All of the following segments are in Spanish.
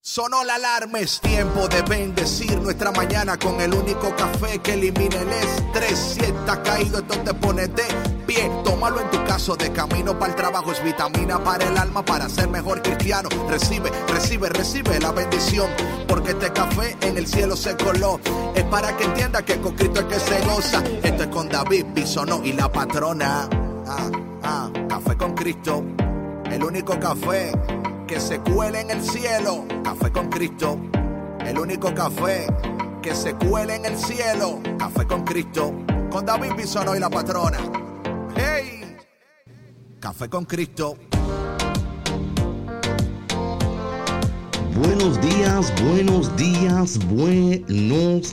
Sonó la alarma, es tiempo de bendecir nuestra mañana con el único café que elimina el estrés. Si estás caído, entonces ponete de pie. Tómalo en tu caso, de camino para el trabajo. Es vitamina para el alma, para ser mejor cristiano. Recibe, recibe, recibe la bendición, porque este café en el cielo se coló. Es para que entiendas que con Cristo es que se goza. Esto es con David Bisonó y la patrona. Café con Cristo, el único café que se cuele en el cielo. Café con Cristo, el único café que se cuele en el cielo. Café con Cristo, con David Bisonó y la patrona. ¡Hey! Café con Cristo. Buenos días, buenos días, buenos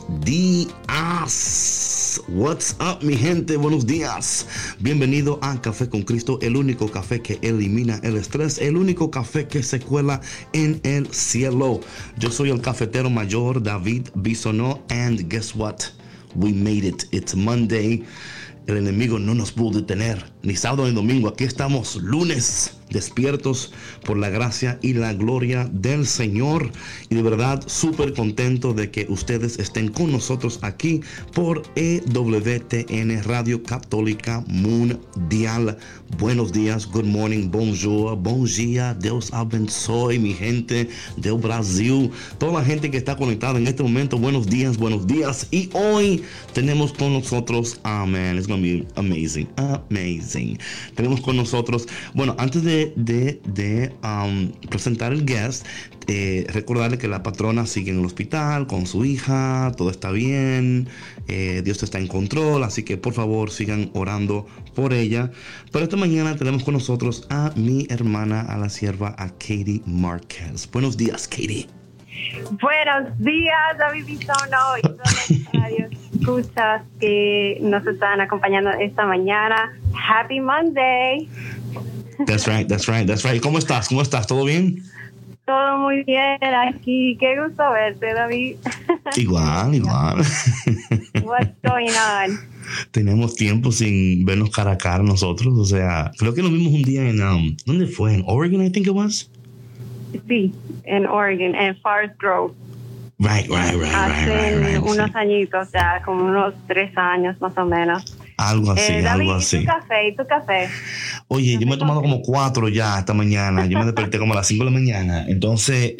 días. What's up, mi gente? Buenos días. Bienvenido a Café con Cristo, el único café que elimina el estrés, el único café que se cuela en el cielo. Yo soy el cafetero mayor, David Bisonó, and guess what? We made it. It's Monday. El enemigo no nos pudo detener, ni sábado ni domingo. Aquí estamos lunes, despiertos por la gracia y la gloria del Señor. Y de verdad, súper contento de que ustedes estén con nosotros aquí por EWTN, Radio Católica Mundial. Buenos días, good morning, bonjour, bon dia, Deus abençoe, mi gente del Brasil. Toda la gente que está conectada en este momento, buenos días, buenos días. Y hoy tenemos con nosotros, man, it's gonna be amazing, amazing. Tenemos con nosotros, bueno, antes de presentar el guest, recordarle que la patrona sigue en el hospital con su hija, todo está bien, Dios está en control, así que por favor sigan orando por ella. Pero esta mañana tenemos con nosotros a mi hermana, a la sierva, a Katie Márquez. Buenos días, Katie. Buenos días, David Bisonó y todos los radios escuchas que nos están acompañando esta mañana. Happy Monday. That's right, that's right, that's right. ¿Cómo estás? ¿Cómo estás? ¿Todo bien? Todo muy bien aquí. Qué gusto verte, David. Igual. What's going on? Tenemos tiempo sin vernos cara a cara nosotros. O sea, creo que nos vimos un día en... ¿dónde fue? ¿En Oregon, I think it was? Sí, en Oregon, en Forest Grove. Right. Hace unos añitos ya, como unos 3 años más o menos. Algo así, David, algo así. ¿Y tu café? Oye, yo me he tomado como 4 ya esta mañana. Yo me desperté como a las 5 de la mañana. Entonces,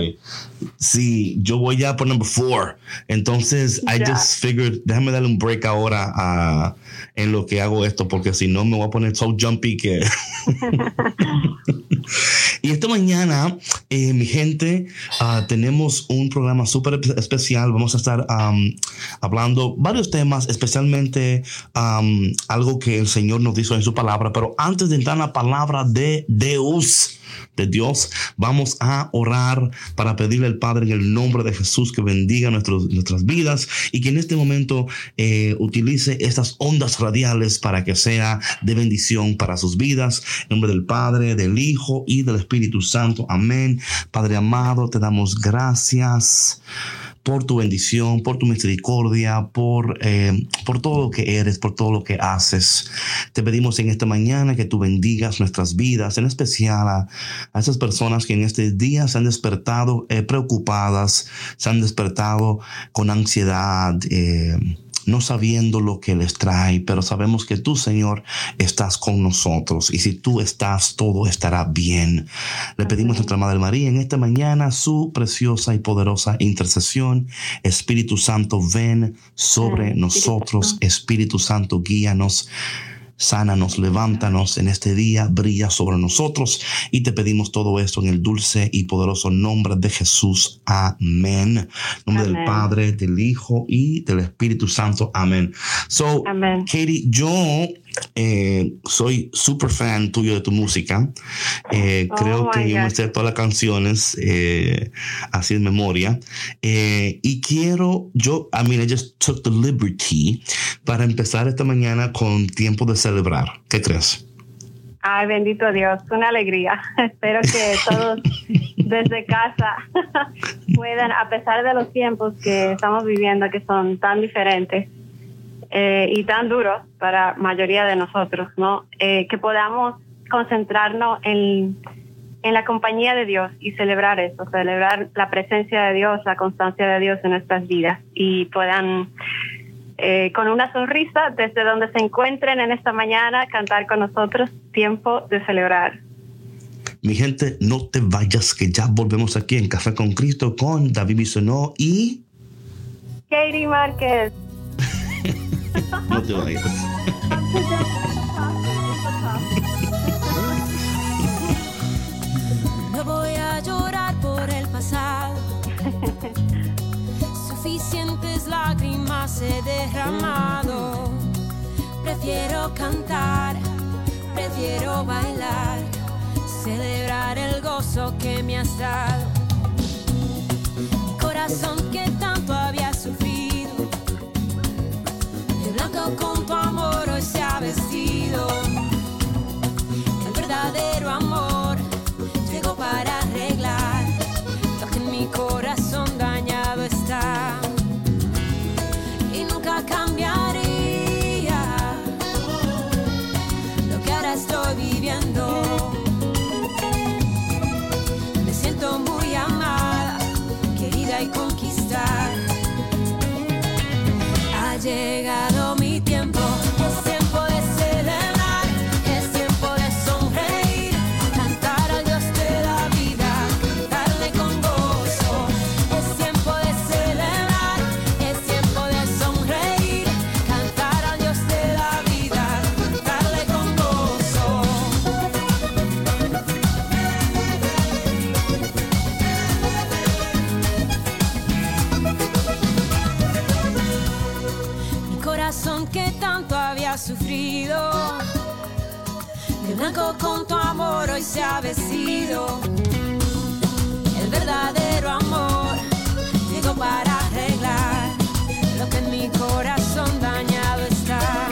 sí, yo voy ya por number 4. Entonces, I just figured, déjame darle un break ahora en lo que hago esto, porque si no me voy a poner so jumpy que... Y esta mañana, mi gente, tenemos un programa súper especial. Vamos a estar hablando varios temas, especialmente algo que el Señor nos dijo en su palabra. Pero antes de entrar en la palabra de Dios, vamos a orar para pedirle al Padre en el nombre de Jesús que bendiga nuestras vidas y que en este momento utilice estas ondas radiales para que sea de bendición para sus vidas. En nombre del Padre, del Hijo y del Espíritu Santo. Amén. Padre amado, te damos gracias por tu bendición, por tu misericordia, por todo lo que eres, por todo lo que haces. Te pedimos en esta mañana que tú bendigas nuestras vidas, en especial a esas personas que en este día se han despertado preocupadas, se han despertado con ansiedad, no sabiendo lo que les trae, pero sabemos que tú, Señor, estás con nosotros. Y si tú estás, todo estará bien. Le pedimos a nuestra Madre María en esta mañana su preciosa y poderosa intercesión. Espíritu Santo, ven sobre nosotros. Espíritu Santo, guíanos. Sánanos, levántanos en este día, brilla sobre nosotros y te pedimos todo esto en el dulce y poderoso nombre de Jesús. Amén. En nombre del Padre, del Hijo y del Espíritu Santo. Amén. So, Amen. Katie, yo soy super fan tuyo de tu música. Creo que yo me sé todas las canciones así en memoria. Y quiero, I just took the liberty para empezar esta mañana con tiempo de celebrar. ¿Qué crees? Ay, bendito Dios, una alegría. Espero que todos desde casa puedan, a pesar de los tiempos que estamos viviendo, que son tan diferentes, y tan duros para la mayoría de nosotros, ¿no? Que podamos concentrarnos en en la compañía de Dios y celebrar eso, celebrar la presencia de Dios, la constancia de Dios en nuestras vidas y puedan con una sonrisa desde donde se encuentren en esta mañana cantar con nosotros Tiempo de Celebrar. Mi gente, no te vayas, que ya volvemos aquí en Café con Cristo con David Bisonó y Katie Márquez. no te vayas. No voy a llorar por el pasado. Suficientes lágrimas he derramado. Prefiero cantar, prefiero bailar, celebrar el gozo que me has dado. Mi corazón que tanto había sufrido, de blanco con tu amor hoy se ha vestido. El verdadero amor llegó para arreglar lo que en mi corazón dañado está. Y nunca cambiaría lo que ahora estoy viviendo. Me siento muy amada, querida y conquistar. Ha llegado mi tiempo, es tiempo de celebrar, es tiempo de sonreír, cantar al Dios de la vida, cantarle con gozo. Es tiempo de celebrar, es tiempo de sonreír, cantar al Dios de la vida, cantarle con gozo. Mi corazón que tanto había sufrido, de blanco con tu amor hoy se ha vestido. El verdadero amor llegó para arreglar lo que en mi corazón dañado está.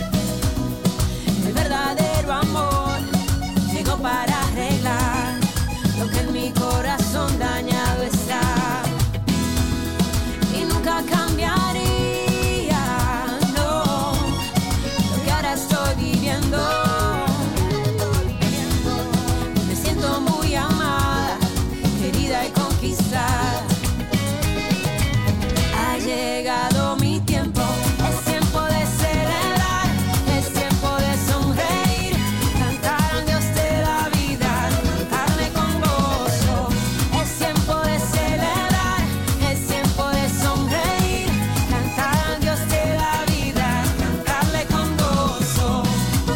El verdadero amor llegó para arreglar lo que en mi corazón dañado está. Y nunca cambiaría, no, lo que ahora estoy viviendo. Me siento muy amada, querida y conquistada. Ha llegado mi tiempo, es tiempo de celebrar, es tiempo de sonreír, cantar al Dios de la vida, cantarle con gozo. Es tiempo de celebrar, es tiempo de sonreír, cantar al Dios de la vida, cantarle con gozo.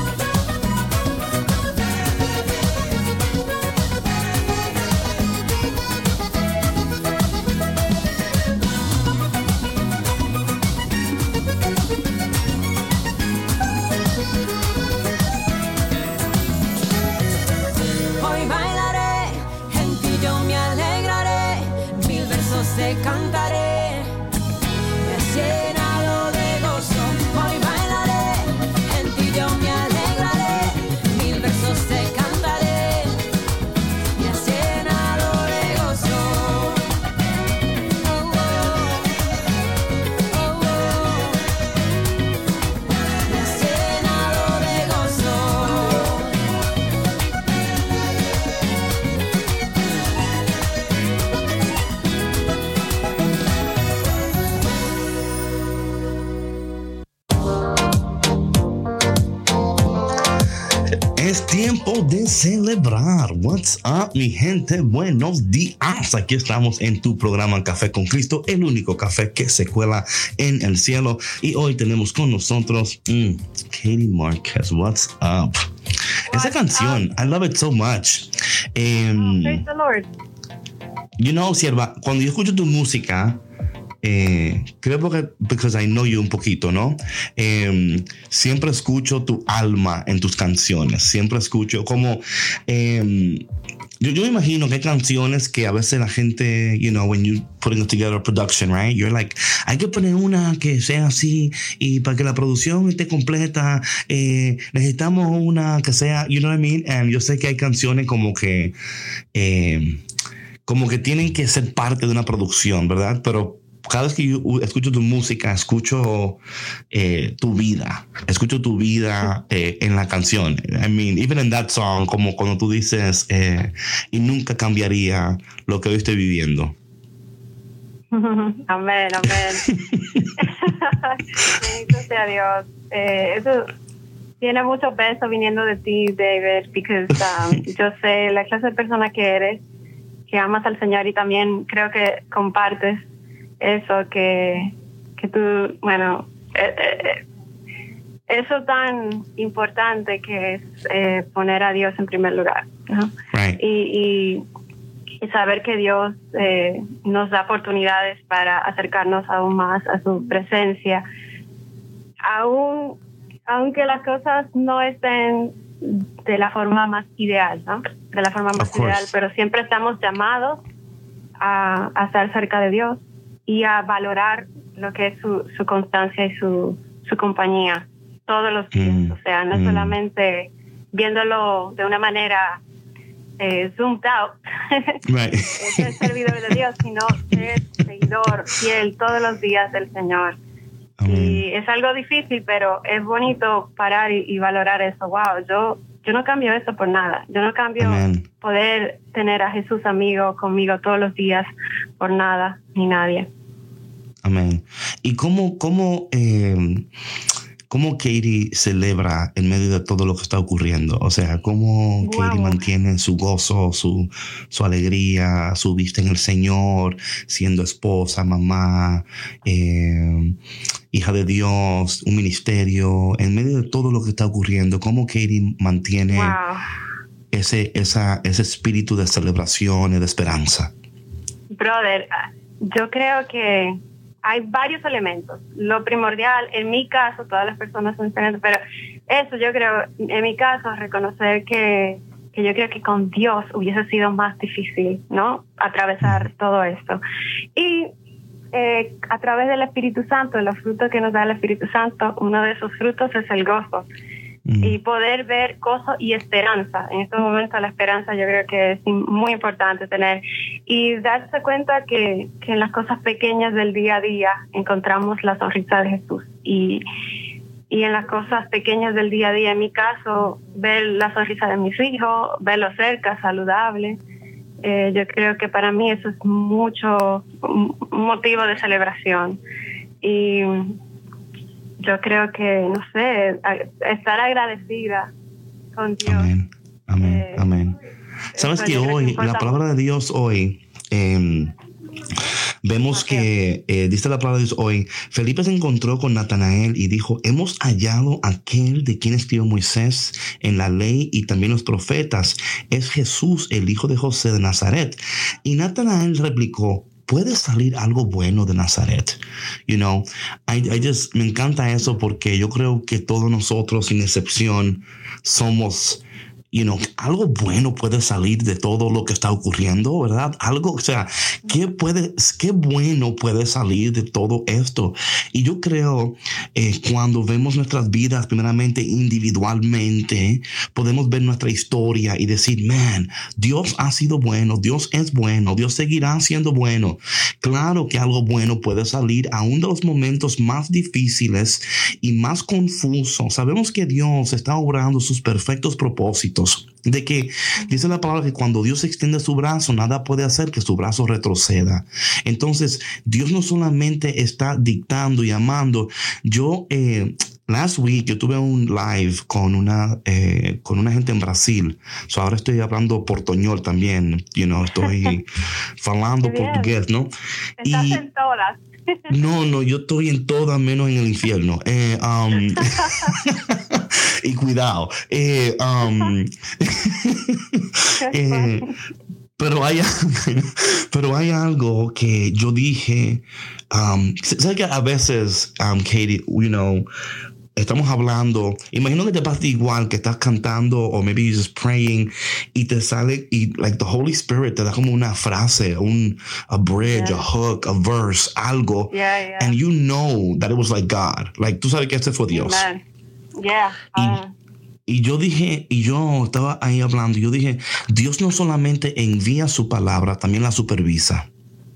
Hoy bailaré, en ti yo me alegraré, 1000 versos te cantaré, me has llenado de gozo. Hoy bailaré, en ti yo me alegraré, 1000 versos te cantaré, me has llenado de gozo. Oh, oh, oh, oh. Me has llenado de gozo. Es tiempo de celebrar. What's up, mi gente? Buenos días. Aquí estamos en tu programa Café con Cristo, el único café que se cuela en el cielo. Y hoy tenemos con nosotros Katie Márquez. What's up? Esa canción, I love it so much. Praise the Lord. You know, sierva, cuando yo escucho tu música, creo que, because I know you un poquito, ¿no? Siempre escucho tu alma en tus canciones. Siempre escucho como... yo me imagino que hay canciones que a veces la gente, you know, when you putting together a production, right? You're like, hay que poner una que sea así y para que la producción esté completa, necesitamos una que sea, you know what I mean? And yo sé que hay canciones como que tienen que ser parte de una producción, ¿verdad? Pero cada vez que yo escucho tu música, escucho tu vida. Escucho tu vida en la canción. I mean, even in that song, como cuando tú dices, y nunca cambiaría lo que hoy estoy viviendo. Amén, amén. Bendito sea Dios. Eso tiene mucho peso viniendo de ti, David, porque yo sé la clase de persona que eres, que amas al Señor, y también creo que compartes eso, que tú, bueno, eso tan importante que es poner a Dios en primer lugar, ¿no? Right. Y saber que Dios nos da oportunidades para acercarnos aún más a su presencia, aunque las cosas no estén de la forma más ideal, ¿no? De la forma más ideal, pero siempre estamos llamados a estar cerca de Dios y a valorar lo que es su constancia y su compañía todos los días. O sea, no solamente viéndolo de una manera zoomed out, Right. ser servidor de Dios, sino ser seguidor fiel todos los días del Señor. Y es algo difícil, pero es bonito parar y valorar eso. Wow, yo no cambio eso por nada. Yo no cambio poder tener a Jesús amigo conmigo todos los días por nada ni nadie. Amén. ¿Y cómo Katie celebra en medio de todo lo que está ocurriendo? O sea, ¿cómo Katie mantiene su gozo, su alegría, su vista en el Señor, siendo esposa, mamá, hija de Dios, un ministerio, en medio de todo lo que está ocurriendo? ¿Cómo Katie mantiene ese espíritu de celebración y de esperanza? Brother, yo creo que hay varios elementos. Lo primordial, en mi caso, todas las personas son diferentes, pero eso yo creo, en mi caso, reconocer que yo creo que con Dios hubiese sido más difícil, ¿no? Atravesar todo esto. Y a través del Espíritu Santo, los frutos que nos da el Espíritu Santo, uno de esos frutos es el gozo. Y poder ver gozo y esperanza. En estos momentos la esperanza yo creo que es muy importante tener. Y darse cuenta que en las cosas pequeñas del día a día encontramos la sonrisa de Jesús. Y en las cosas pequeñas del día a día, en mi caso, ver la sonrisa de mis hijos, verlos cerca, saludable. Yo creo que para mí eso es mucho un motivo de celebración. Y yo creo que, no sé, estar agradecida con Dios. Amén, amén, amén. Sabes que hoy, la palabra de Dios hoy, vemos que, dice la palabra de Dios hoy, Felipe se encontró con Natanael y dijo, hemos hallado aquel de quien escribió Moisés en la ley y también los profetas. Es Jesús, el hijo de José de Nazaret. Y Natanael replicó, ¿puede salir algo bueno de Nazaret? You know, me encanta eso porque yo creo que todos nosotros, sin excepción, somos, algo bueno puede salir de todo lo que está ocurriendo, ¿verdad? Algo, o sea, ¿qué bueno puede salir de todo esto? Y yo creo, cuando vemos nuestras vidas, primeramente individualmente, podemos ver nuestra historia y decir, man, Dios ha sido bueno, Dios es bueno, Dios seguirá siendo bueno. Claro que algo bueno puede salir aún de los momentos más difíciles y más confusos. Sabemos que Dios está obrando sus perfectos propósitos. De que dice la palabra que cuando Dios extiende su brazo, nada puede hacer que su brazo retroceda. Entonces, Dios no solamente está dictando y amando. Last week yo tuve un live con una gente en Brasil. So ahora estoy hablando portuñol también. Estoy hablando portugués, ¿no? Estás en todas. No, yo estoy en todas menos en el infierno. Y cuidado. Pero hay algo que yo dije. ¿Sabes que a veces, Katie, estamos hablando, imagino que te pasa igual, que estás cantando o maybe you're just praying y te sale y like the Holy Spirit te da como una frase, a bridge, a hook, a verse, algo, and you know that it was like God, like tú sabes que este fue Dios. Amen. Yeah. Y yo dije, y yo estaba ahí hablando, yo dije, Dios no solamente envía su palabra, también la supervisa.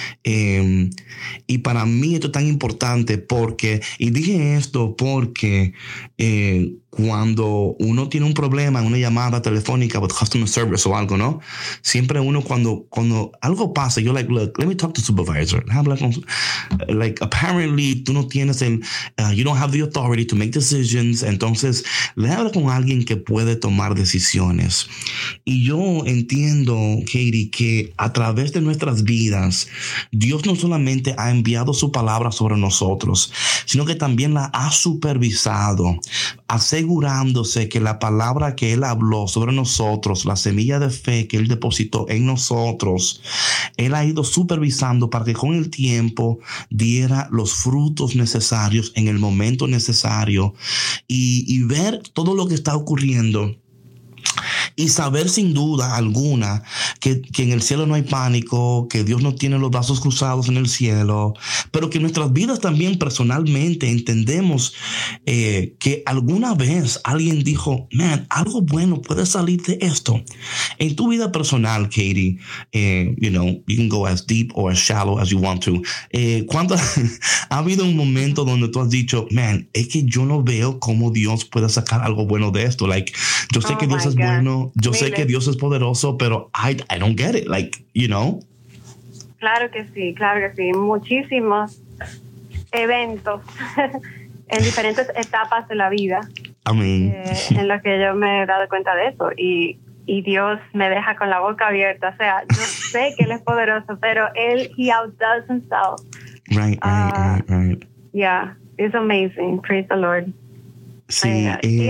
Y para mí esto es tan importante porque, y dije esto porque cuando uno tiene un problema en una llamada telefónica with customer service o algo, ¿no? Siempre uno cuando algo pasa, yo like, look, let me talk to supervisor. Like apparently tú no tienes you don't have the authority to make decisions. Entonces, le habla con alguien que puede tomar decisiones. Y yo entiendo, Katie, que a través de nuestras vidas, Dios no solamente ha enviado su palabra sobre nosotros, sino que también la ha supervisado, asegurándose que la palabra que Él habló sobre nosotros, la semilla de fe que Él depositó en nosotros, Él ha ido supervisando para que con el tiempo diera los frutos necesarios en el momento necesario y ver todo lo que está ocurriendo. Y saber sin duda alguna que en el cielo no hay pánico, que Dios no tiene los brazos cruzados en el cielo, pero que en nuestras vidas también personalmente entendemos que alguna vez alguien dijo, man, algo bueno puede salir de esto. En tu vida personal, Katie, you can go as deep or as shallow as you want to. ¿Cuándo ha habido un momento donde tú has dicho, man, es que yo no veo cómo Dios puede sacar algo bueno de esto? Like, yo sé que Dios es bueno, yo sé que Dios es poderoso, pero I don't get it, like, you know. Claro que sí. Muchísimos eventos en diferentes etapas de la vida. I mean, en los que yo me he dado cuenta de eso y Dios me deja con la boca abierta. O sea, yo sé que Él es poderoso, pero He outdoes himself. Right. Yeah, it's amazing. Praise the Lord. Sí.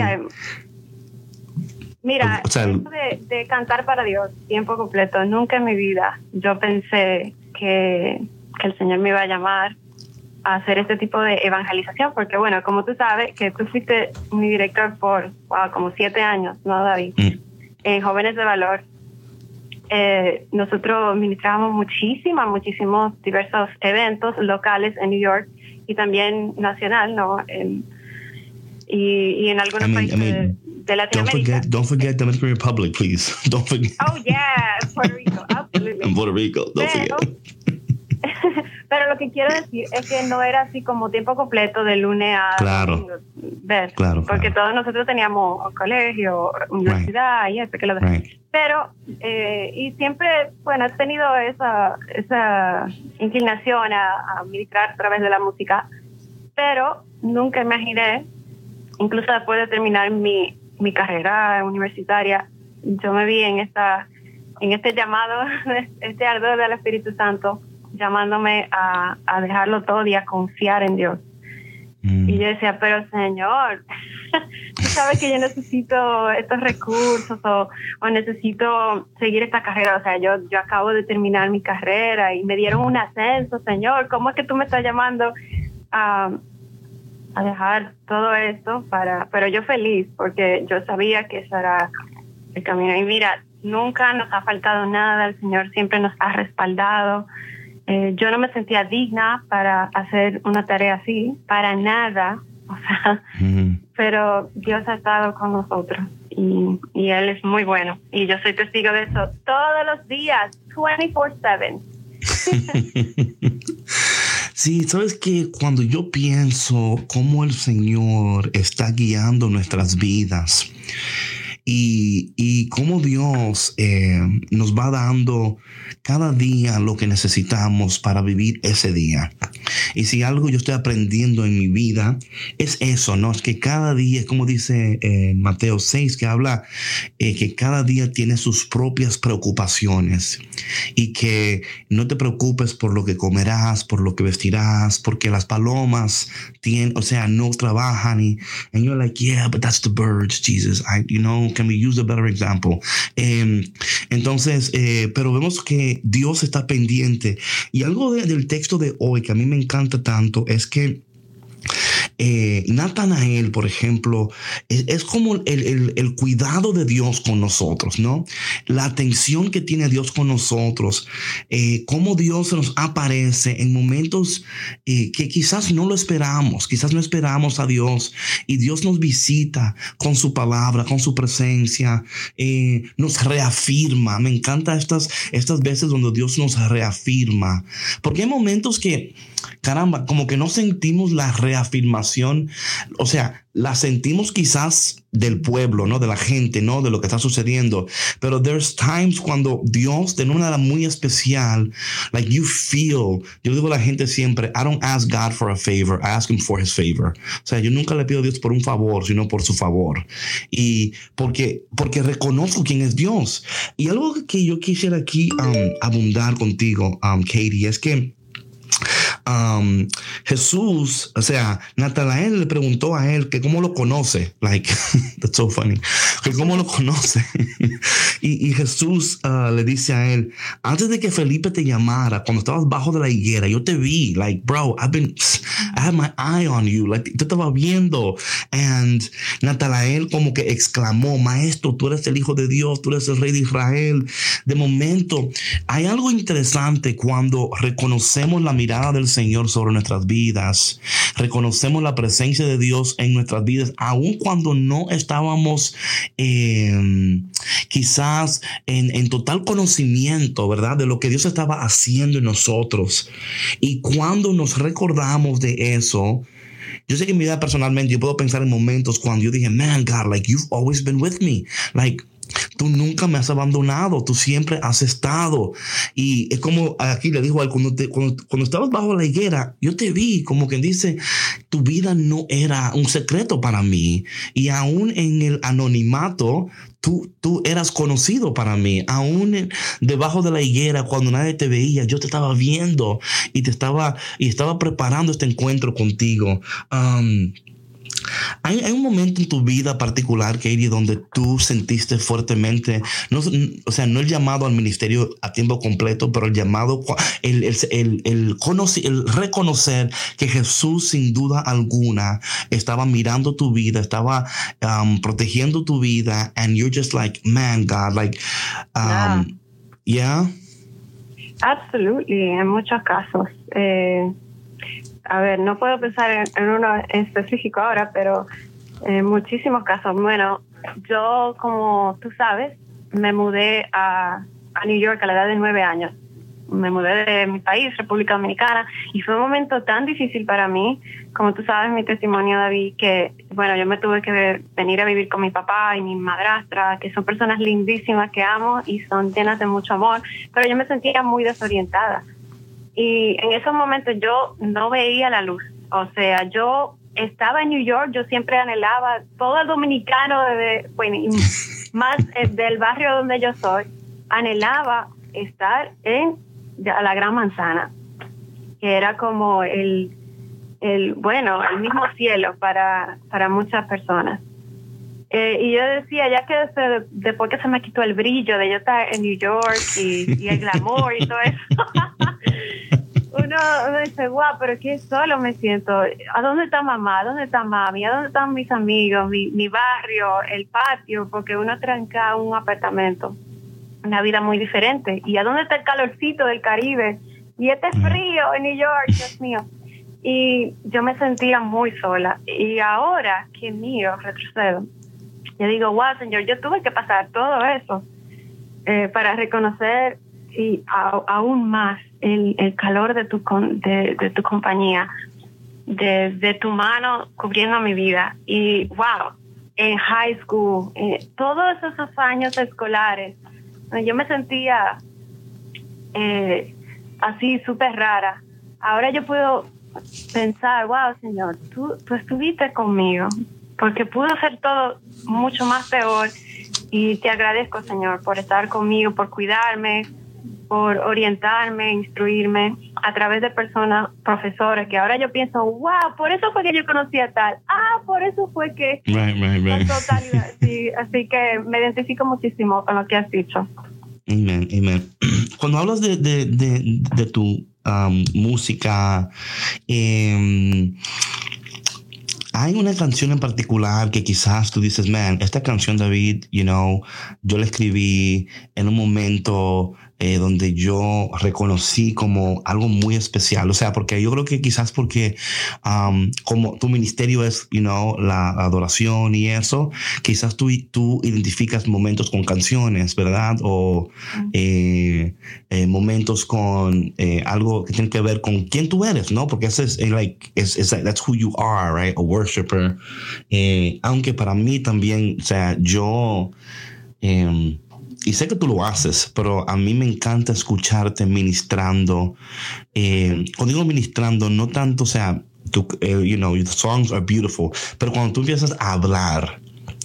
Mira, o sea, eso de cantar para Dios tiempo completo, nunca en mi vida yo pensé que el Señor me iba a llamar a hacer este tipo de evangelización, porque bueno, como tú sabes, que tú fuiste mi director por como 7 años, ¿no, David? En Jóvenes de Valor. Nosotros ministrábamos muchísimos diversos eventos locales en New York y también nacional, ¿no? Y en algunos países de Latinoamérica. Don't forget Dominican Republic, please. Don't forget. Oh, yeah, Puerto Rico, absolutely. En Puerto Rico, don't forget. Pero lo que quiero decir es que no era así como tiempo completo de lunes a domingo, ¿ves? Claro. Porque todos nosotros teníamos colegio, universidad y eso que lo demás. Pero, y siempre, bueno, he tenido esa inclinación a ministrar a través de la música, pero nunca imaginé, incluso después de terminar mi carrera universitaria, yo me vi en este llamado, este ardor del Espíritu Santo, llamándome a dejarlo todo y a confiar en Dios. Y yo decía, pero Señor, tú sabes que yo necesito estos recursos o necesito seguir esta carrera. O sea, yo acabo de terminar mi carrera y me dieron un ascenso, Señor. ¿Cómo es que tú me estás llamando a dejar todo esto pero yo feliz porque yo sabía que ese era el camino? Y mira, nunca nos ha faltado nada, el Señor siempre nos ha respaldado. Yo no me sentía digna para hacer una tarea así, para nada, o sea, pero Dios ha estado con nosotros y Él es muy bueno y yo soy testigo de eso todos los días, 24/7. Sí, sabes que cuando yo pienso cómo el Señor está guiando nuestras vidas y cómo Dios nos va dando cada día lo que necesitamos para vivir ese día. Y si algo yo estoy aprendiendo en mi vida es eso, ¿no? Es que cada día, como dice Mateo 6, que habla que cada día tiene sus propias preocupaciones y que no te preocupes por lo que comerás, por lo que vestirás, porque las palomas no trabajan and you're like, yeah, but that's the birds, Jesus. Can we use a better example? Entonces, pero vemos que Dios está pendiente. Y algo del texto de hoy que a mí me encanta tanto es que Natanael, por ejemplo, es como el cuidado de Dios con nosotros, ¿no? La atención que tiene Dios con nosotros, cómo Dios se nos aparece en momentos que quizás no lo esperamos, quizás no esperamos a Dios, y Dios nos visita con su palabra, con su presencia, nos reafirma. Me encanta estas veces donde Dios nos reafirma, porque hay momentos que, caramba, como que no sentimos la reafirmación, o sea, la sentimos quizás del pueblo, ¿no? De la gente, ¿no? De lo que está sucediendo. Pero there's times cuando Dios, de una manera muy especial, like you feel, yo digo a la gente siempre, I don't ask God for a favor, I ask him for his favor. O sea, yo nunca le pido a Dios por un favor, sino por su favor. Y porque reconozco quién es Dios. Y algo que yo quisiera aquí abundar contigo, Katie, es que Jesús, o sea, Natanael le preguntó a él que cómo lo conoce, like, that's so funny, que cómo lo conoce. y Jesús le dice a él, antes de que Felipe te llamara, cuando estabas bajo de la higuera, yo te vi, like, bro, I had my eye on you, like, te estaba viendo. And Natanael como que exclamó, maestro, tú eres el Hijo de Dios, tú eres el Rey de Israel. De momento, hay algo interesante cuando reconocemos la mirada del Señor sobre nuestras vidas, reconocemos la presencia de Dios en nuestras vidas, aun cuando no estábamos quizás en total conocimiento, ¿verdad?, de lo que Dios estaba haciendo en nosotros. Y cuando nos recordamos de eso, yo sé que en mi vida personalmente yo puedo pensar en momentos cuando yo dije, man, God, like, you've always been with me, like, tú nunca me has abandonado, tú siempre has estado. Y es como aquí le dijo a él, cuando estabas bajo la higuera, yo te vi, como quien dice, tu vida no era un secreto para mí. Y aún en el anonimato, tú eras conocido para mí. Aún debajo de la higuera, cuando nadie te veía, yo te estaba viendo y estaba preparando este encuentro contigo. ¿Hay un momento en tu vida particular, Katie, donde tú sentiste fuertemente, no el llamado al ministerio a tiempo completo, pero el llamado, el reconocer que Jesús sin duda alguna estaba mirando tu vida, estaba protegiendo tu vida, and you're just like, man, God, like, yeah? Absolutely, en muchos casos. A ver, no puedo pensar en uno específico ahora, pero en muchísimos casos. Bueno, yo, como tú sabes, me mudé a New York a la edad de 9 años. Me mudé de mi país, República Dominicana, y fue un momento tan difícil para mí. Como tú sabes, mi testimonio, David, que, bueno, yo me tuve que venir a vivir con mi papá y mi madrastra, que son personas lindísimas que amo y son llenas de mucho amor, pero yo me sentía muy desorientada. Y en esos momentos yo no veía la luz. O sea, yo estaba en New York, yo siempre anhelaba, todo el dominicano, más del barrio donde yo soy, anhelaba estar en la Gran Manzana, que era como el mismo cielo para muchas personas. Y yo decía, ya que después que se me quitó el brillo de yo estar en New York y el glamour y todo eso, uno dice, guau, pero qué solo me siento. ¿A dónde está mamá? ¿A dónde está mami? ¿A dónde están mis amigos? Mi barrio, el patio, porque uno tranca un apartamento, una vida muy diferente. ¿Y a dónde está el calorcito del Caribe? Y este frío en New York, Dios mío. Y yo me sentía muy sola. Y ahora que miro, retrocedo, yo digo, wow, Señor, yo tuve que pasar todo eso para reconocer y aún más el calor de tu compañía, de tu mano cubriendo mi vida. Y wow, en high school, todos esos años escolares, yo me sentía así súper rara. Ahora yo puedo pensar, wow, Señor, tú estuviste conmigo, porque pudo ser todo mucho más peor. Y te agradezco, Señor, por estar conmigo, por cuidarme, por orientarme, instruirme a través de personas, profesores, que ahora yo pienso, wow, por eso fue que yo conocí a tal. Por eso fue que... Right. Totalidad, sí, así que me identifico muchísimo con lo que has dicho. Amen. Cuando hablas de tu música, Hay una canción en particular que quizás tú dices, man, esta canción, David, yo la escribí en un momento donde yo reconocí como algo muy especial. O sea, porque yo creo que quizás porque como tu ministerio es, la adoración y eso, quizás tú identificas momentos con canciones, ¿verdad? O momentos con algo que tiene que ver con quién tú eres, ¿no? Porque eso es that's who you are, right? A worshiper. Aunque para mí también, o sea, yo... y sé que tú lo haces, pero a mí me encanta escucharte ministrando. Cuando digo ministrando, no tanto, o sea, the songs are beautiful, pero cuando tú empiezas a hablar,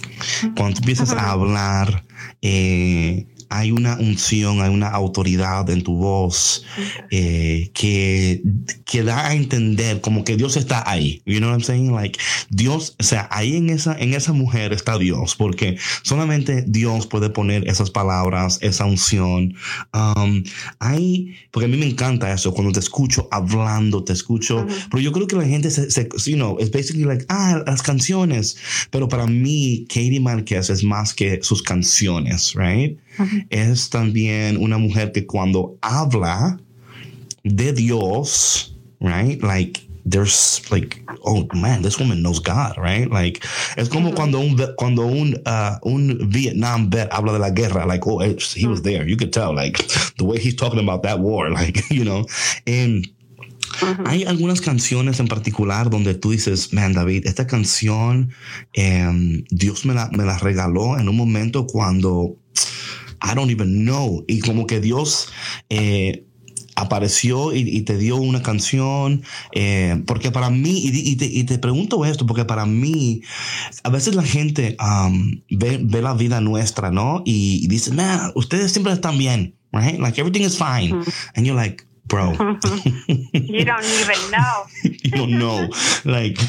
hay una unción, hay una autoridad en tu voz que da a entender como que Dios está ahí. You know what I'm saying? Like, Dios, o sea, ahí en esa mujer está Dios, porque solamente Dios puede poner esas palabras, esa unción. Porque a mí me encanta eso, cuando te escucho hablando, te escucho, pero yo creo que la gente es basically like, las canciones, pero para mí, Katie Márquez es más que sus canciones, right? Es también una mujer que cuando habla de Dios, right? Like, there's like, oh man, this woman knows God, right? Like, es como cuando un Vietnam vet habla de la guerra, like, oh, he was there. You could tell, like, the way he's talking about that war, like, and hay algunas canciones en particular donde tú dices, man, David, esta canción, Dios me la regaló en un momento cuando I don't even know. Y como que Dios apareció y te dio una canción. Porque para mí, y te pregunto esto, porque para mí, a veces la gente ve la vida nuestra, ¿no? Y dice, man, ustedes siempre están bien, right? Like, everything is fine. And you're like, bro. You don't even know. You don't know. Like,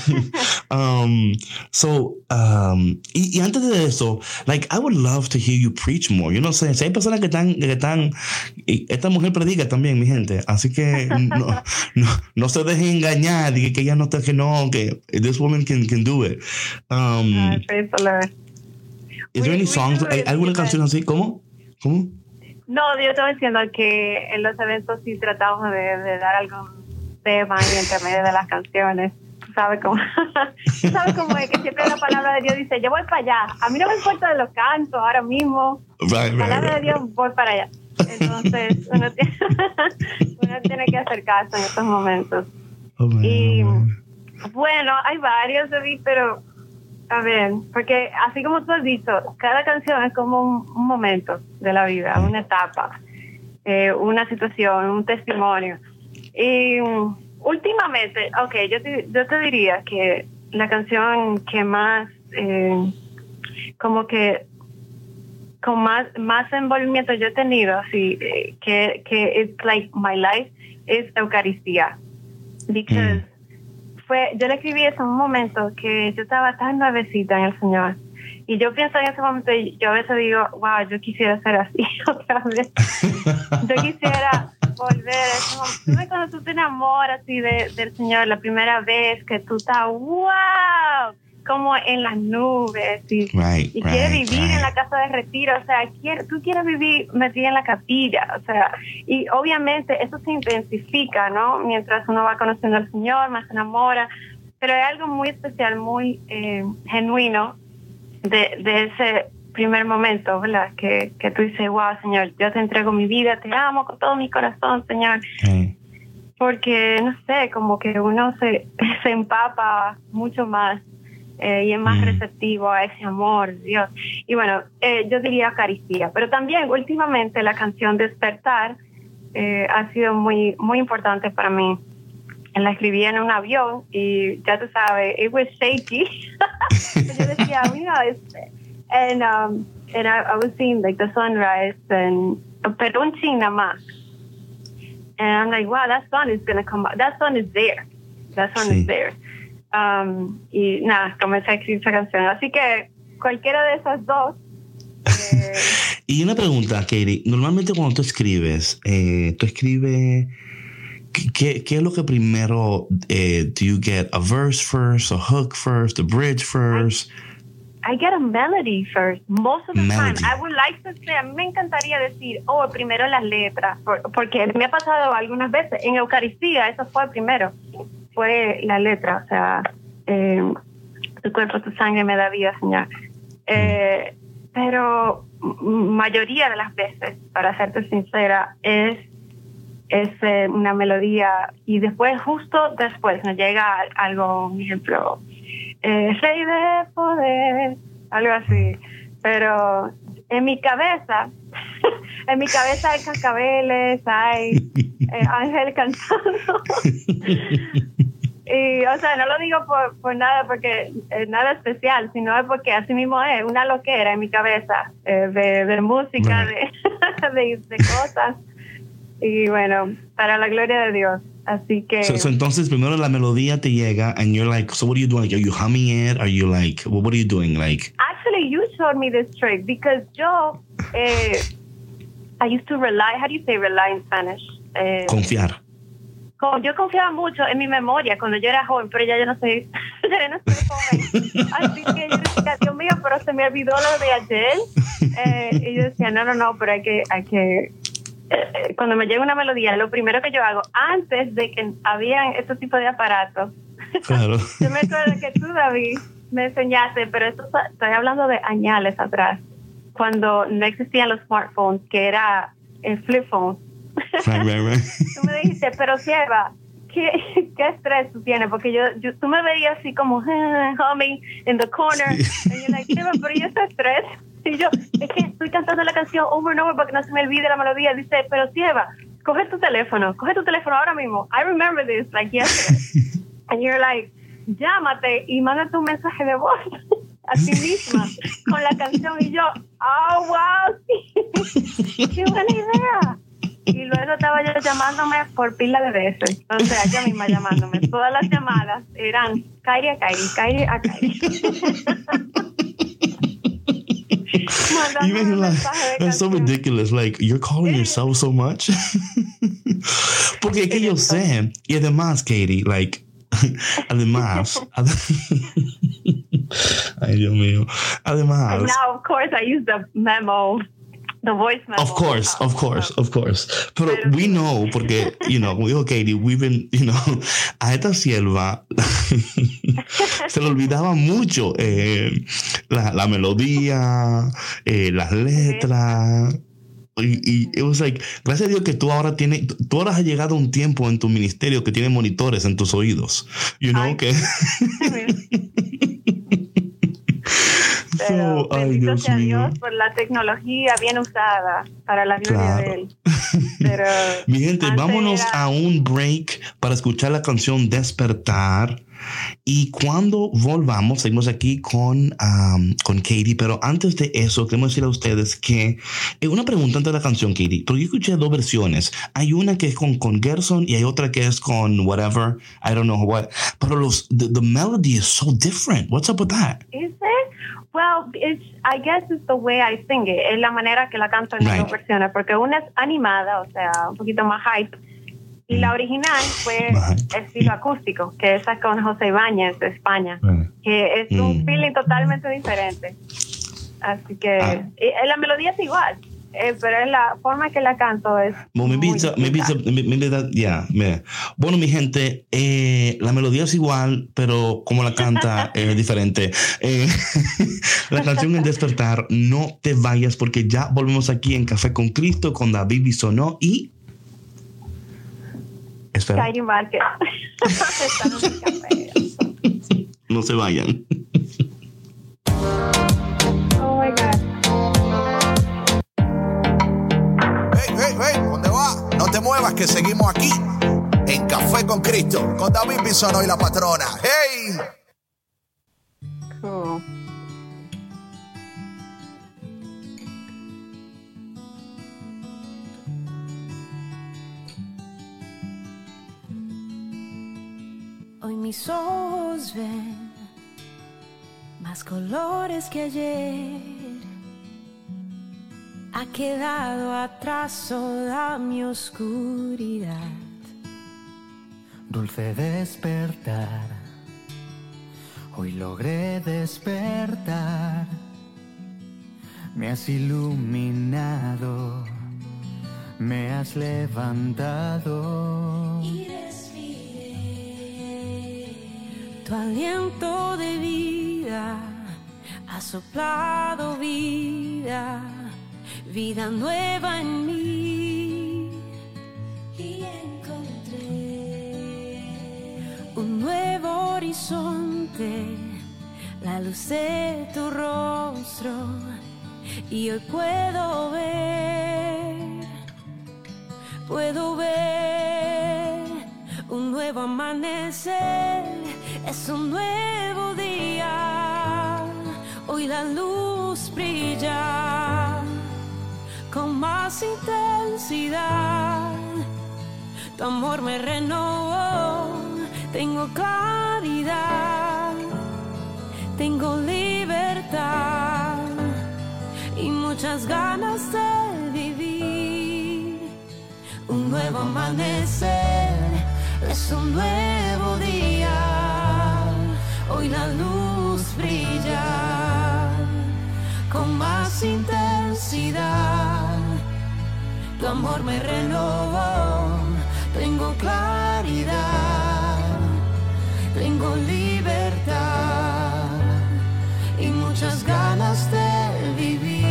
y antes de eso, like, I would love to hear you preach more. You know, si hay personas que están, esta mujer predica también, mi gente. Así que no se dejen engañar y que ella no está, que this woman can do it. Praise the Lord. Is there any songs? ¿Hay alguna canción así? ¿Cómo? No, yo estaba diciendo que en los eventos sí tratamos de dar algún tema y entre medio de las canciones. Tú sabes cómo es que siempre la palabra de Dios dice, yo voy para allá. A mí no me importa de los cantos ahora mismo. La palabra de Dios, voy para allá. Entonces, uno tiene que hacer caso en estos momentos. Y bueno, hay varios, David, pero a ver, porque así como tú has dicho, cada canción es como un momento de la vida, una etapa, una situación, un testimonio. Y últimamente, yo te diría que la canción que más, como que con más envolvimiento yo he tenido, así, que it's like my life, es Eucaristía. Because yo le escribí eso en un momento que yo estaba tan nuevecita en el Señor. Y yo pienso en ese momento, yo a veces digo, wow, yo quisiera ser así otra vez. Yo quisiera volver a ese momento. ¿Sabes cuando tú te enamoras así del Señor la primera vez, que tú estás, wow, como en las nubes y quieres vivir en la casa de retiro? O sea, tú quieres vivir metida en la capilla. O sea, y obviamente eso se intensifica, ¿no? Mientras uno va conociendo al Señor, más se enamora. Pero hay algo muy especial, muy genuino de ese primer momento, ¿verdad? Que tú dices, wow, Señor, yo te entrego mi vida, te amo con todo mi corazón, Señor. Porque, no sé, como que uno se empapa mucho más y es más receptivo a ese amor, Dios. Y bueno, yo diría Eucaristía, pero también últimamente la canción Despertar ha sido muy, muy importante para mí. La escribí en un avión y ya tú sabes, it was shaky. Yo decía, mira, and I was seeing like the sunrise, pero un ching nada más. And I'm like, wow, that sun is gonna come out. That sun is there. That sun is there. Y nada, comencé a escribir esa canción. Así que cualquiera de esas dos. Y una pregunta, Katie. Normalmente cuando tú escribes, ¿qué es lo que primero, do you get a verse first, a hook first, a bridge first? I get a melody first, most of the Melody. time. I would like to say, a mí me encantaría decir, primero las letras, porque me ha pasado algunas veces. En Eucaristía, eso fue primero, fue la letra, o sea, tu cuerpo, tu sangre me da vida, Señor. Pero mayoría de las veces, para serte sincera, es una melodía y después, justo después, nos llega algo, un ejemplo, Rey de poder, algo así. Pero en mi cabeza hay cascabeles, hay ángel cantando. Y, o sea, no lo digo por nada, porque nada especial, sino es porque así mismo es una loquera en mi cabeza de música, right. de cosas. Y bueno, para la gloria de Dios. Así que... So entonces primero la melodía te llega and you're like, so what are you doing? Like, are you humming it? Are you like, what are you doing? Like... Actually, you showed me this trick because yo, I used to rely, how do you say rely in Spanish? Confiar. Yo confiaba mucho en mi memoria cuando yo era joven, pero ya yo no soy joven. Así que yo decía, Dios mío, pero se me olvidó lo de ayer. Y yo decía, no, pero hay que cuando me llega una melodía, lo primero que yo hago, antes de que habían estos tipos de aparatos, claro. Yo me acuerdo que tú, David, me enseñaste, pero esto estoy hablando de años atrás, cuando no existían los smartphones, que era el flip phone. Right. Tú me dijiste, pero Sieva, ¿qué estrés tú tienes? Porque tú me veías así como humming in the corner. Sí. Y yo like, Sieva, pero ¿y ese estrés? Y yo, es que estoy cantando la canción over and over porque no se me olvide la melodía. Dice, pero Sieva, coge tu teléfono ahora mismo. I remember this like yesterday. And you're like, llámate y mándate un mensaje de voz a ti misma con la canción. Y yo, oh, wow, sí. Qué buena idea. Y luego estaba yo llamándome por pila de veces. O sea, yo misma llamándome. Todas las llamadas eran Kairi a Kairi. Even like, that's so ridiculous. Like, you're calling yourself so much. Porque que yo sé. Y además, Katie, like, además. Ay, Dios mío. Además. And now, of course, I use the memo. The voice memo. Of course. Pero we know, porque, como dijo Katie, we've been, a esta sierva se le olvidaba mucho la melodía, las letras. Y it was like, gracias a Dios que tú ahora has llegado a un tiempo en tu ministerio que tiene monitores en tus oídos. Que... Pero bendito sea Dios por la tecnología bien usada para la gloria de Él. Pero mi gente, vámonos a un break para escuchar la canción Despertar. Y cuando volvamos, seguimos aquí con Katie. Pero antes de eso, queremos decir a ustedes que una pregunta antes de la canción, Katie. Porque yo escuché dos versiones. Hay una que es con Gerson y hay otra que es con whatever. I don't know what. Pero the melody is so different. What's up with that? Is it? Well, I guess it's the way I sing it. Es la manera que la canto en las dos versiones. Porque una es animada, o sea, un poquito más hype. Y la original fue estilo acústico, que esa es con José Ibáñez de España, que es un feeling totalmente diferente. Así que la melodía es igual, pero es la forma que la canto es Bueno, mi gente, la melodía es igual, pero como la canta es diferente. La canción es Despertar. No te vayas porque ya volvemos aquí en Café con Cristo con David Bisonó y... Kairi Márquez. Están en el café. No se vayan. Oh my God. Hey, ¿dónde va? No te muevas que seguimos aquí en Café con Cristo con David Bisonó y la patrona. ¡Hey! Cool. Hoy mis ojos ven más colores que ayer. Ha quedado atrás toda mi oscuridad. Dulce despertar, hoy logré despertar. Me has iluminado, me has levantado. Y respiré tu aliento de vida, ha soplado vida, vida nueva en mí. Y encontré un nuevo horizonte, la luz de tu rostro, y hoy puedo ver un nuevo amanecer, es un nuevo día, hoy la luz brilla con más intensidad, tu amor me renovó, tengo claridad, tengo libertad y muchas ganas de vivir. Un nuevo amanecer, es un nuevo día, hoy la luz brilla con más intensidad, tu amor me renovó, tengo claridad, tengo libertad y muchas ganas de vivir.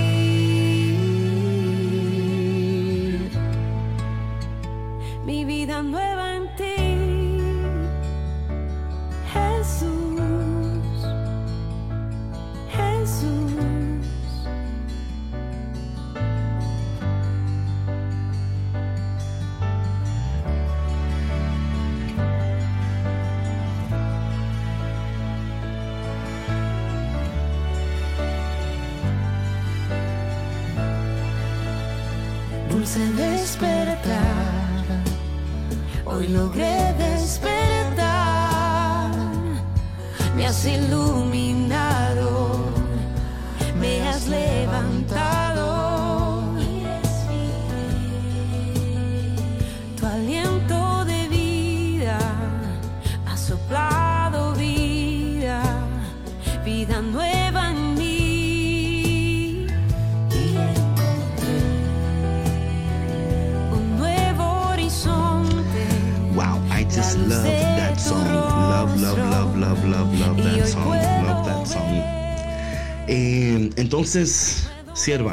Mi vida nueva en ti, Jesús, Jesús. Dulce despertar, hoy logré despertar, me has iluminado, me has levantado, y respiré tu aliento de vida, ha soplado vida, vida nueva en mí. Just love that song. Love that song. Love that song. Entonces, sierva,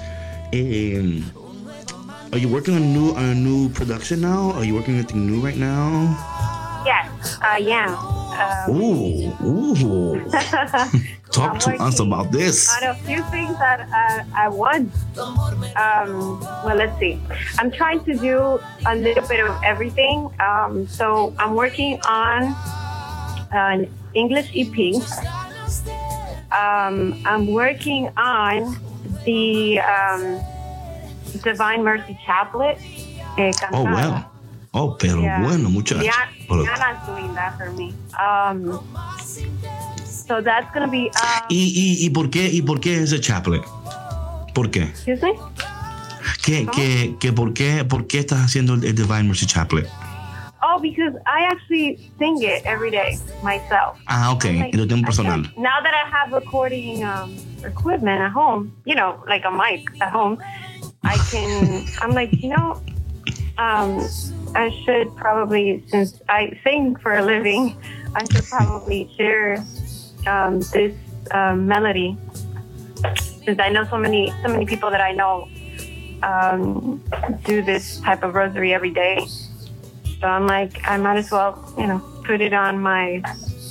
are you working on a new production now? Are you working on anything new right now? Yes, I am. Talk to us about this. On a few things that I want. Well, let's see. I'm trying to do a little bit of everything. So I'm working on an English EP. I'm working on the Divine Mercy Chaplet. Oh, wow. Oh, pero bueno, muchachos. Diana's doing that for me. So that's going to be... ¿Y por qué ese chaplet? ¿Por qué? Excuse me? ¿Por qué estás haciendo el Divine Mercy Chaplet? Oh, because I actually sing it every day myself. Ah, okay. En tu tiempo personal. Now that I have recording equipment at home, like a mic at home, I'm like, I should probably, since I sing for a living, I should probably share this melody, since I know so many people that I know do this type of rosary every day. So I'm like, I might as well, put it on my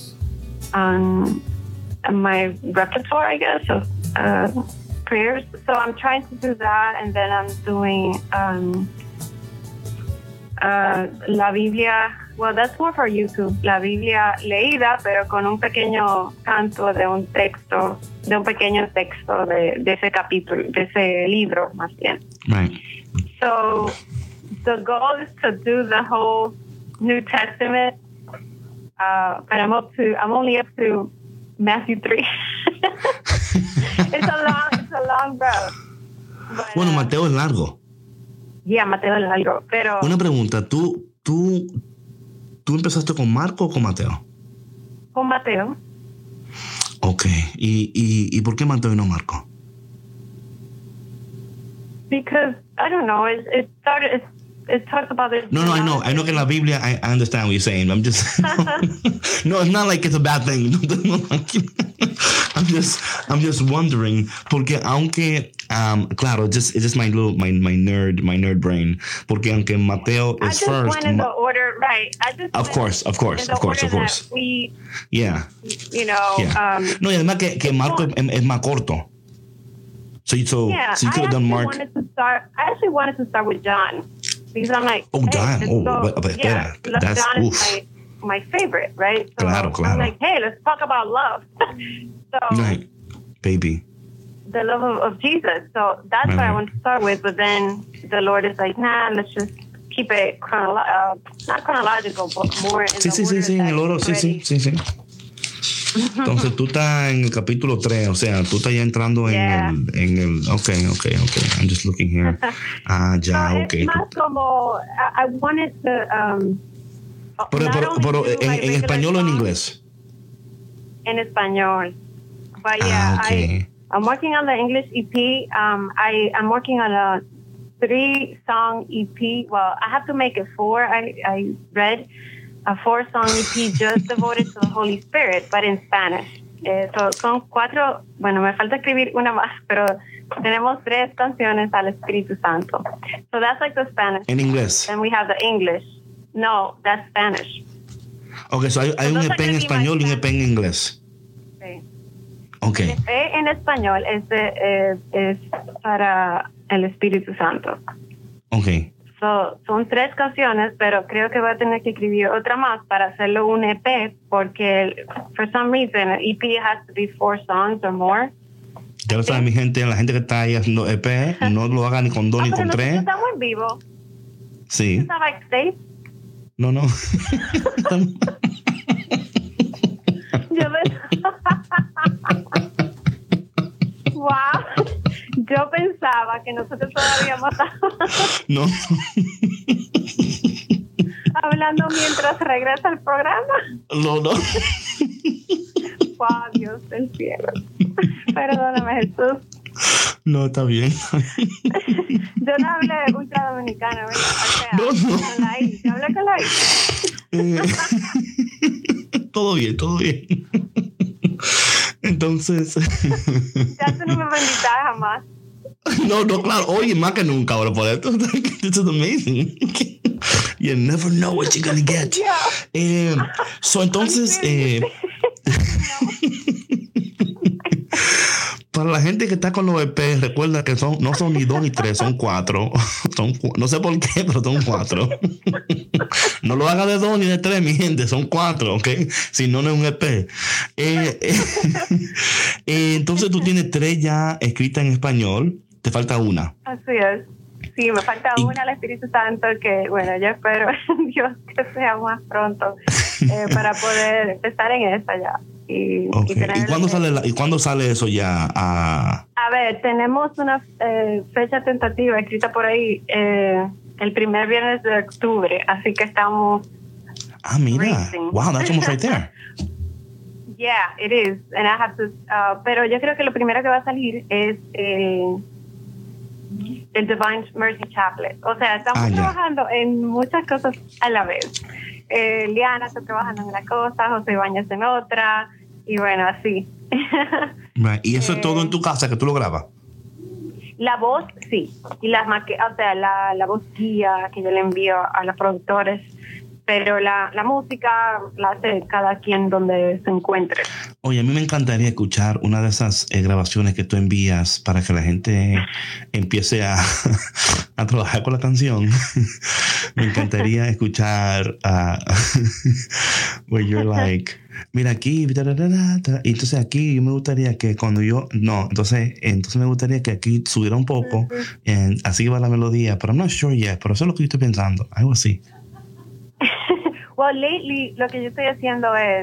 repertoire, I guess, of prayers. So I'm trying to do that, and then I'm doing La Biblia. Well, that's more for YouTube. La Biblia leída, pero con un pequeño canto de un pequeño texto de ese capítulo, de ese libro, más bien. Right. So the goal is to do the whole New Testament, but I'm only up to Matthew 3. It's a long road. But, bueno, Mateo es largo. Yeah, Mateo es largo, pero... Una pregunta, ¿tú ¿Tú empezaste con Marco o con Mateo? Con Mateo. Ok. ¿Y por qué Mateo y no Marco? Because I don't know, it talks about it. No, I know que en la Biblia, I understand what you're saying. I'm just, no, it's not like it's a bad thing. I'm just wondering, porque aunque, claro, it's just my nerd brain, porque aunque Mateo I is just first. went in the order, right? I just Of course. in the order that we, Yeah. yeah. No, y además que Marco es más corto. So you could have done Mark. I actually wanted to start with John because I'm like, Oh, hey, John. let's Oh, go. but Yeah, that's John oof. is my favorite, right? So Claro. I'm like, hey, let's talk about love. So Right, baby. the love of Jesus. So that's what I want to start with. But then the Lord is like, nah, let's just keep it not chronological, but more in the order Sí, en el oro, that sí. Entonces tú estás en el capítulo 3, o sea, tú estás ya entrando Yeah. en el. Ok. I'm just looking here. Ya, No, ok. es más como, I wanted to, Pero not only do my en regular español o en songs, inglés. En español. But yeah, Okay. I'm working on the English EP. I'm working on a 3-song EP. Well, I have to make it 4. I read a 4-song EP just devoted to the Holy Spirit, but in Spanish. So son 4, bueno, me falta escribir una más, pero tenemos 3 canciones al Espíritu Santo. So that's like the Spanish. En inglés. Then we have the English. No, that's Spanish. Ok, so hay un Those are EP en gonna be español y un my EP en inglés. Sí. Ok. El EP en español es para el Espíritu Santo. Ok. So, son 3 canciones, pero creo que voy a tener que escribir otra más para hacerlo un EP, porque for some reason el EP has to be 4 songs or more. Ya lo saben, mi gente, la gente que está ahí haciendo EP, no lo hagan ni con 2 ni Pero con 3. nosotros estamos en vivo. Sí. ¿Está backstage? No. Yo wow. Yo pensaba que nosotros todavía estábamos No. hablando mientras regresa el programa. No. Wow, Dios del cielo. Perdóname, Jesús. No, está bien. Yo no hablé ultra dominicano, ¿verdad? O sea, No. con la I. Yo hablé con la I. Todo bien. Entonces. Ya tú no me benditas jamás. No, claro. Oye, más que nunca, ahora por esto. This is amazing. You never know what you're gonna get. So, entonces, para la gente que está con los EP, recuerda que no son ni 2 ni 3, son 4. No sé por qué, pero son 4. No lo haga de 2 ni de 3, mi gente, son 4, ¿ok? Si no, no es un EP. Entonces tú tienes 3 ya escritas en español, te falta una. Así es. Sí, me falta una al Espíritu Santo que, bueno, yo espero en Dios que sea más pronto para poder estar en esta ya. Okay. ¿Y cuándo sale eso ya? A ver, tenemos una fecha tentativa escrita por ahí el primer viernes de octubre, así que estamos... Mira. racing. Wow, that's almost right there. Yeah, it is. And I have to, pero yo creo que lo primero que va a salir es el Divine Mercy Chaplet. O sea, estamos trabajando en muchas cosas a la vez. Liana está trabajando en una cosa, José Ibáñez en otra, y bueno, así. Right. ¿Y eso es todo en tu casa que tú lo grabas? La voz, sí. Y la voz guía que yo le envío a los productores. Pero la música la hace cada quien donde se encuentre. Oye, a mí me encantaría escuchar una de esas grabaciones que tú envías para que la gente empiece a trabajar con la canción. Me encantaría escuchar where you're like, mira aquí, y entonces aquí yo me gustaría que cuando entonces me gustaría que aquí subiera un poco, así va la melodía, pero I'm not sure yet, pero eso es lo que yo estoy pensando, algo así. Well, lately lo que yo estoy haciendo es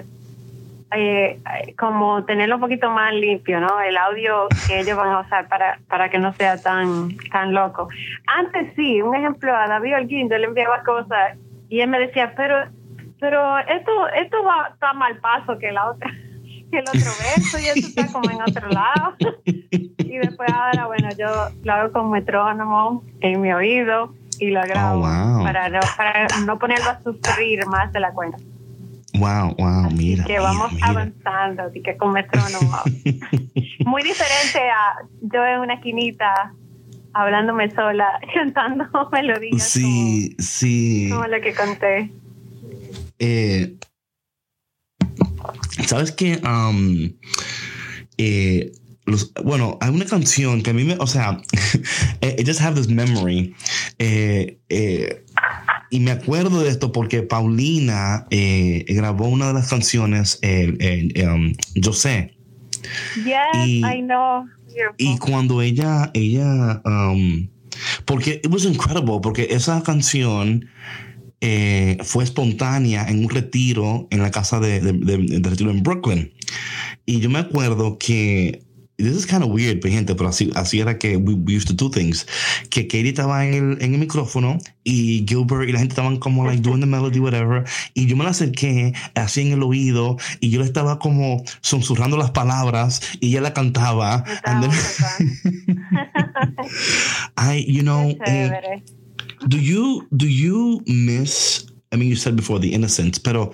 como tenerlo un poquito más limpio, ¿no? El audio que ellos van a usar para que no sea tan loco. Antes sí, un ejemplo, a David Holguín yo le enviaba cosas y él me decía, pero pero esto está mal paso que la otra, que el otro verso, y eso está como en otro lado. Y después ahora, bueno, yo lo hago con metrónomo en mi oído y lo grabo wow. para no ponerlo a sufrir más de la cuenta. Wow, Así mira. que vamos avanzando, así que con metrónomo. Muy diferente a yo en una esquinita hablándome sola, cantando melodías. Sí, sí. Como lo que conté. ¿Sabes qué? Bueno, hay una canción que a mí o sea, I just have this memory. Y me acuerdo de esto porque Paulina grabó una de las canciones, Yo sé. Yes, I know. Beautiful. Y cuando ella porque it was incredible, porque esa canción fue espontánea en un retiro en la casa de retiro en Brooklyn. Y yo me acuerdo que this is kind of weird, gente, pero así era que we used to do things. Que Katie estaba en el micrófono y Gilbert y la gente estaban como like doing the melody, whatever. Y yo me la acerqué así en el oído y yo le estaba como susurrando las palabras y ella la cantaba. And then, do you miss, I mean, you said before the innocence, pero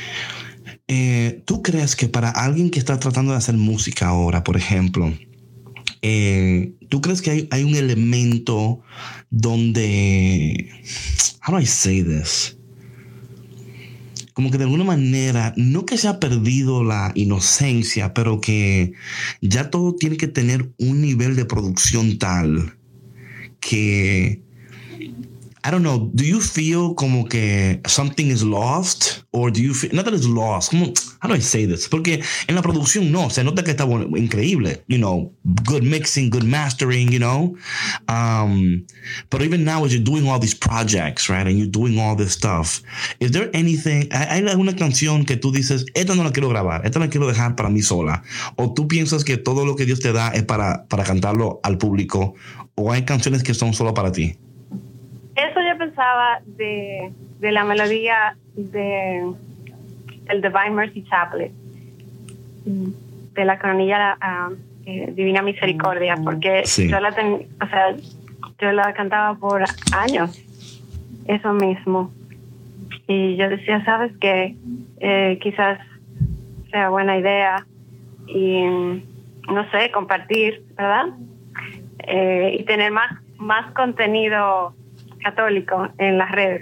¿tú crees que para alguien que está tratando de hacer música ahora, por ejemplo, ¿tú crees que hay un elemento donde, how do I say this? Como que de alguna manera, no que se ha perdido la inocencia, pero que ya todo tiene que tener un nivel de producción tal que, I don't know, do you feel como que something is lost? Or do you feel, not that it's lost, como, how do I say this? Porque en la producción no, se nota que está bueno, increíble, you know, good mixing, good mastering, you know. But even now as you're doing all these projects, right, and you're doing all this stuff, is there anything, hay alguna canción que tú dices, esta no la quiero grabar, esta la quiero dejar para mí sola? O tú piensas que todo lo que Dios te da es para cantarlo al público, o hay canciones que son solo para ti? Eso yo pensaba de la melodía de el Divine Mercy Chaplet, de la coronilla Divina Misericordia, porque sí. yo la cantaba por años, eso mismo. Y yo decía, ¿sabes qué? Quizás sea buena idea y, no sé, compartir, ¿verdad? Y tener más contenido católico en las redes.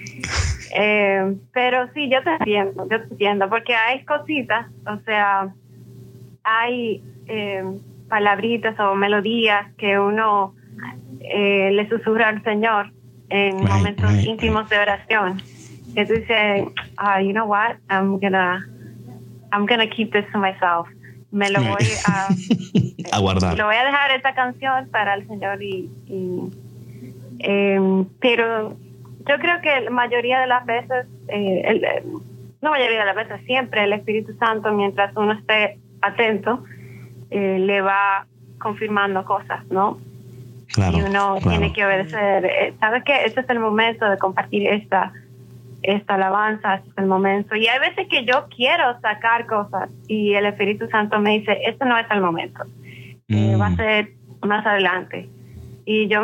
Pero sí, yo te entiendo, porque hay cositas, o sea, hay palabritas o melodías que uno le susurra al Señor en momentos íntimos de oración. Que tú dices, you know what, I'm gonna keep this to myself. Me lo voy a guardar. Lo voy a dejar esta canción para el Señor pero yo creo que la mayoría de las veces, no mayoría de las veces, siempre el Espíritu Santo, mientras uno esté atento, le va confirmando cosas, ¿no? Claro, y uno tiene que obedecer. ¿Sabes qué? Este es el momento de compartir esta alabanza, este es el momento. Y hay veces que yo quiero sacar cosas y el Espíritu Santo me dice, este no es el momento, va a ser más adelante. Y yo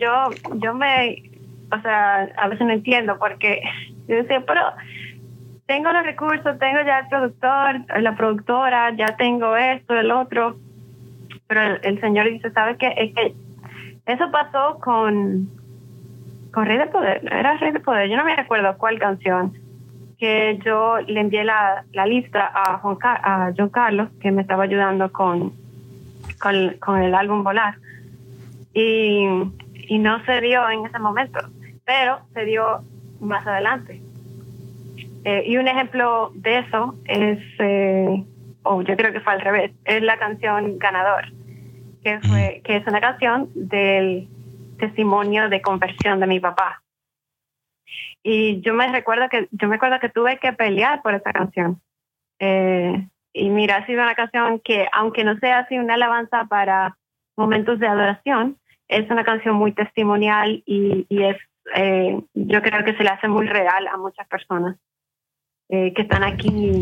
o sea, a veces no entiendo porque yo decía, pero tengo los recursos, tengo ya el productor, la productora, ya tengo esto, el otro. Pero el Señor dice, ¿sabes qué? Es que eso pasó con Rey de Poder, era Rey de Poder, yo no me recuerdo cuál canción, que yo le envié la lista a John Carlos, que me estaba ayudando con el álbum Volar. Y no se dio en ese momento, pero se dio más adelante. Y un ejemplo de eso es, yo creo que fue al revés, es la canción Ganador, que es una canción del testimonio de conversión de mi papá. Y yo me acuerdo que tuve que pelear por esa canción. Y mira, ha sido una canción que, aunque no sea así una alabanza para momentos de adoración, es una canción muy testimonial y es, yo creo que se le hace muy real a muchas personas. que están aquí,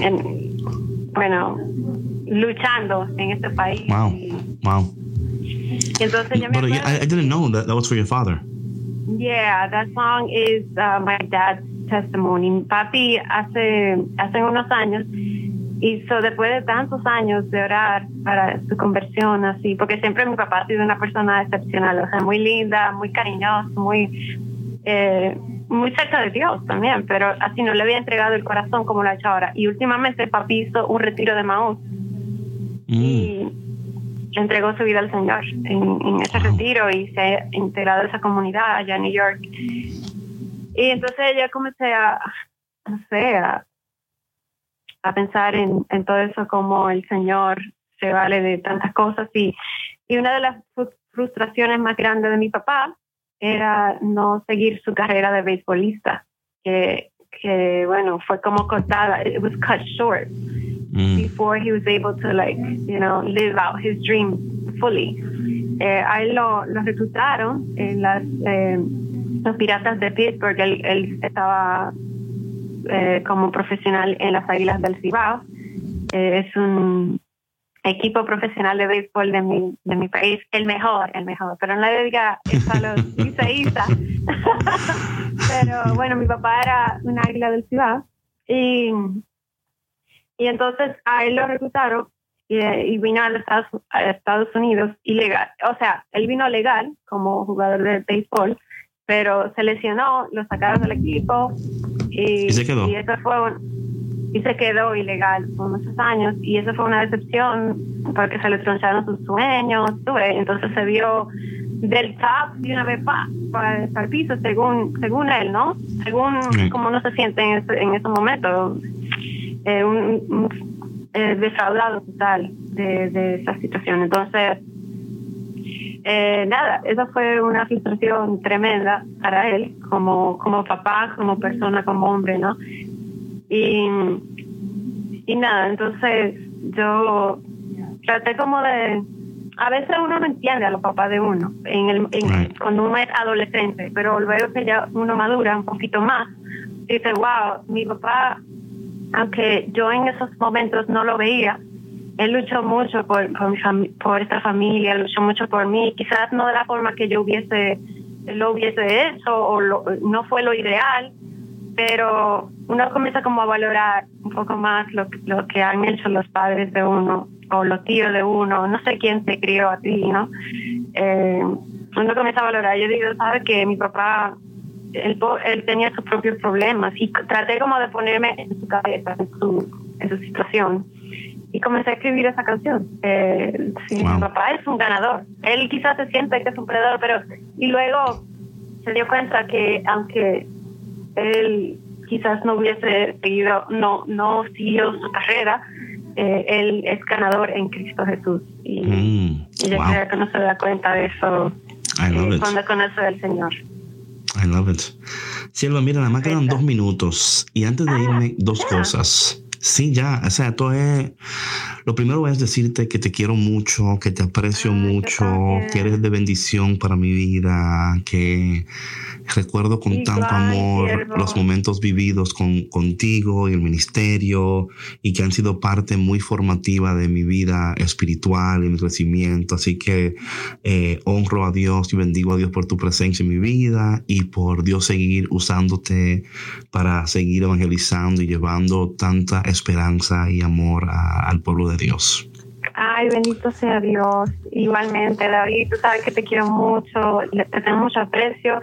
luchando en este país. Wow. Y entonces yo me But acuerdo, I didn't know that was for your father. yeah, that song is my dad's testimony. Papi hace unos años hizo, después de tantos años de orar para su conversión, así, porque siempre mi papá ha sido una persona excepcional, o sea, muy linda, muy cariñosa, muy cerca de Dios también, pero así no le había entregado el corazón como lo ha hecho ahora. Y últimamente papi hizo un retiro de Maús y entregó su vida al Señor en ese retiro y se ha integrado a esa comunidad allá en New York. Y entonces yo comencé a pensar en todo eso, como el Señor se vale de tantas cosas. Y una de las frustraciones más grandes de mi papá era no seguir su carrera de beisbolista, que bueno, fue como cortada. It was cut short before he was able to, live out his dream fully. A él lo reclutaron en los Piratas de Pittsburgh. Él estaba como profesional en las Águilas del Cibao. Es un equipo profesional de béisbol de mi país, el mejor, pero no le diga eso a los liceístas. Pero bueno, mi papá era un Águila del Cibao y entonces a él lo reclutaron y vino a Estados Unidos ilegal. O sea, él vino legal como jugador de béisbol, pero se lesionó, lo sacaron del equipo y se quedó. Y se quedó ilegal por muchos años, y eso fue una decepción porque se le troncharon sus sueños. Entonces se vio del top de una vez para el piso, según él, ¿no? Según cómo uno se siente en ese momento. Defraudado total de esa situación. Entonces, esa fue una frustración tremenda para él, como papá, como persona, como hombre, ¿no? Y nada, entonces yo traté como de... A veces uno no entiende a los papás de uno cuando uno es adolescente, pero luego que ya uno madura un poquito más, dice, wow, mi papá, aunque yo en esos momentos no lo veía, él luchó mucho por esta familia, luchó mucho por mí, quizás no de la forma que yo lo hubiese hecho, o no fue lo ideal, pero uno comienza como a valorar un poco más lo que han hecho los padres de uno, o los tíos de uno, no sé quién te crió a ti, ¿no? Uno comienza a valorar. Yo digo, ¿sabes qué? Mi papá, él tenía sus propios problemas, y traté como de ponerme en su cabeza, en su situación, y comencé a escribir esa canción. Sí, wow. Mi papá es un ganador. Él quizás se siente que es un perdedor, y luego se dio cuenta que aunque él quizás no hubiese seguido, no siguió su carrera, él es ganador en Cristo Jesús. Y yo creo que no se da cuenta de eso cuando conoce al Señor. I love it. Silva, mira, nada más quedan 2 minutos. Y antes de irme, dos cosas. Sí, ya, o sea, lo primero es decirte que te quiero mucho, que te aprecio mucho, que eres de bendición para mi vida, que recuerdo con tanto amor los momentos vividos contigo y el ministerio, y que han sido parte muy formativa de mi vida espiritual y mi crecimiento. Así que honro a Dios y bendigo a Dios por tu presencia en mi vida, y por Dios seguir usándote para seguir evangelizando y llevando tanta esperanza y amor al pueblo de Dios. Ay, bendito sea Dios. Igualmente, David, tú sabes que te quiero mucho, te tengo mucho aprecio,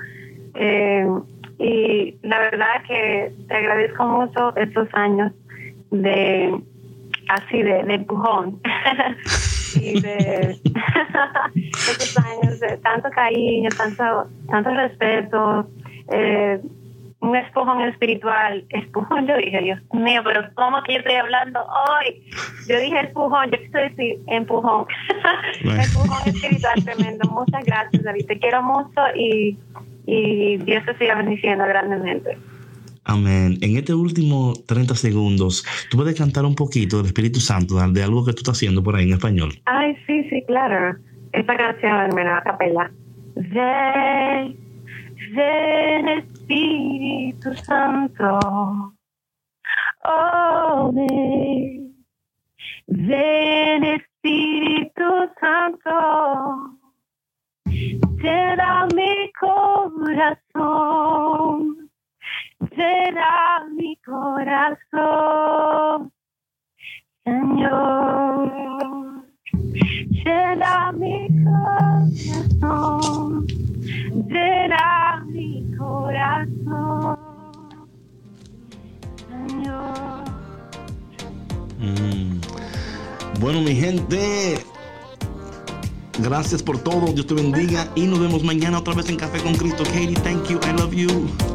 y la verdad es que te agradezco mucho estos años de empujón y de estos años de tanto cariño, tanto respeto, un empujón espiritual. Empujón, yo dije, Dios mío, pero ¿cómo que yo estoy hablando hoy? Yo dije empujón, yo quise decir empujón. Empujón espiritual tremendo. Muchas gracias, David, te quiero mucho, y Dios te siga bendiciendo grandemente. Amén. En este último 30 segundos, ¿tú puedes cantar un poquito del Espíritu Santo, de algo que tú estás haciendo por ahí en español? Ay, sí, claro. Esta canción, a capela. Ven Espíritu Santo, Oh, ven Espíritu Santo, llena mi corazón, llena mi corazón, Señor, llena mi corazón, llena mi corazón, Señor. Bueno, mi gente, gracias por todo. Dios te bendiga y nos vemos mañana otra vez en Café con Cristo. Katie, thank you. I love you.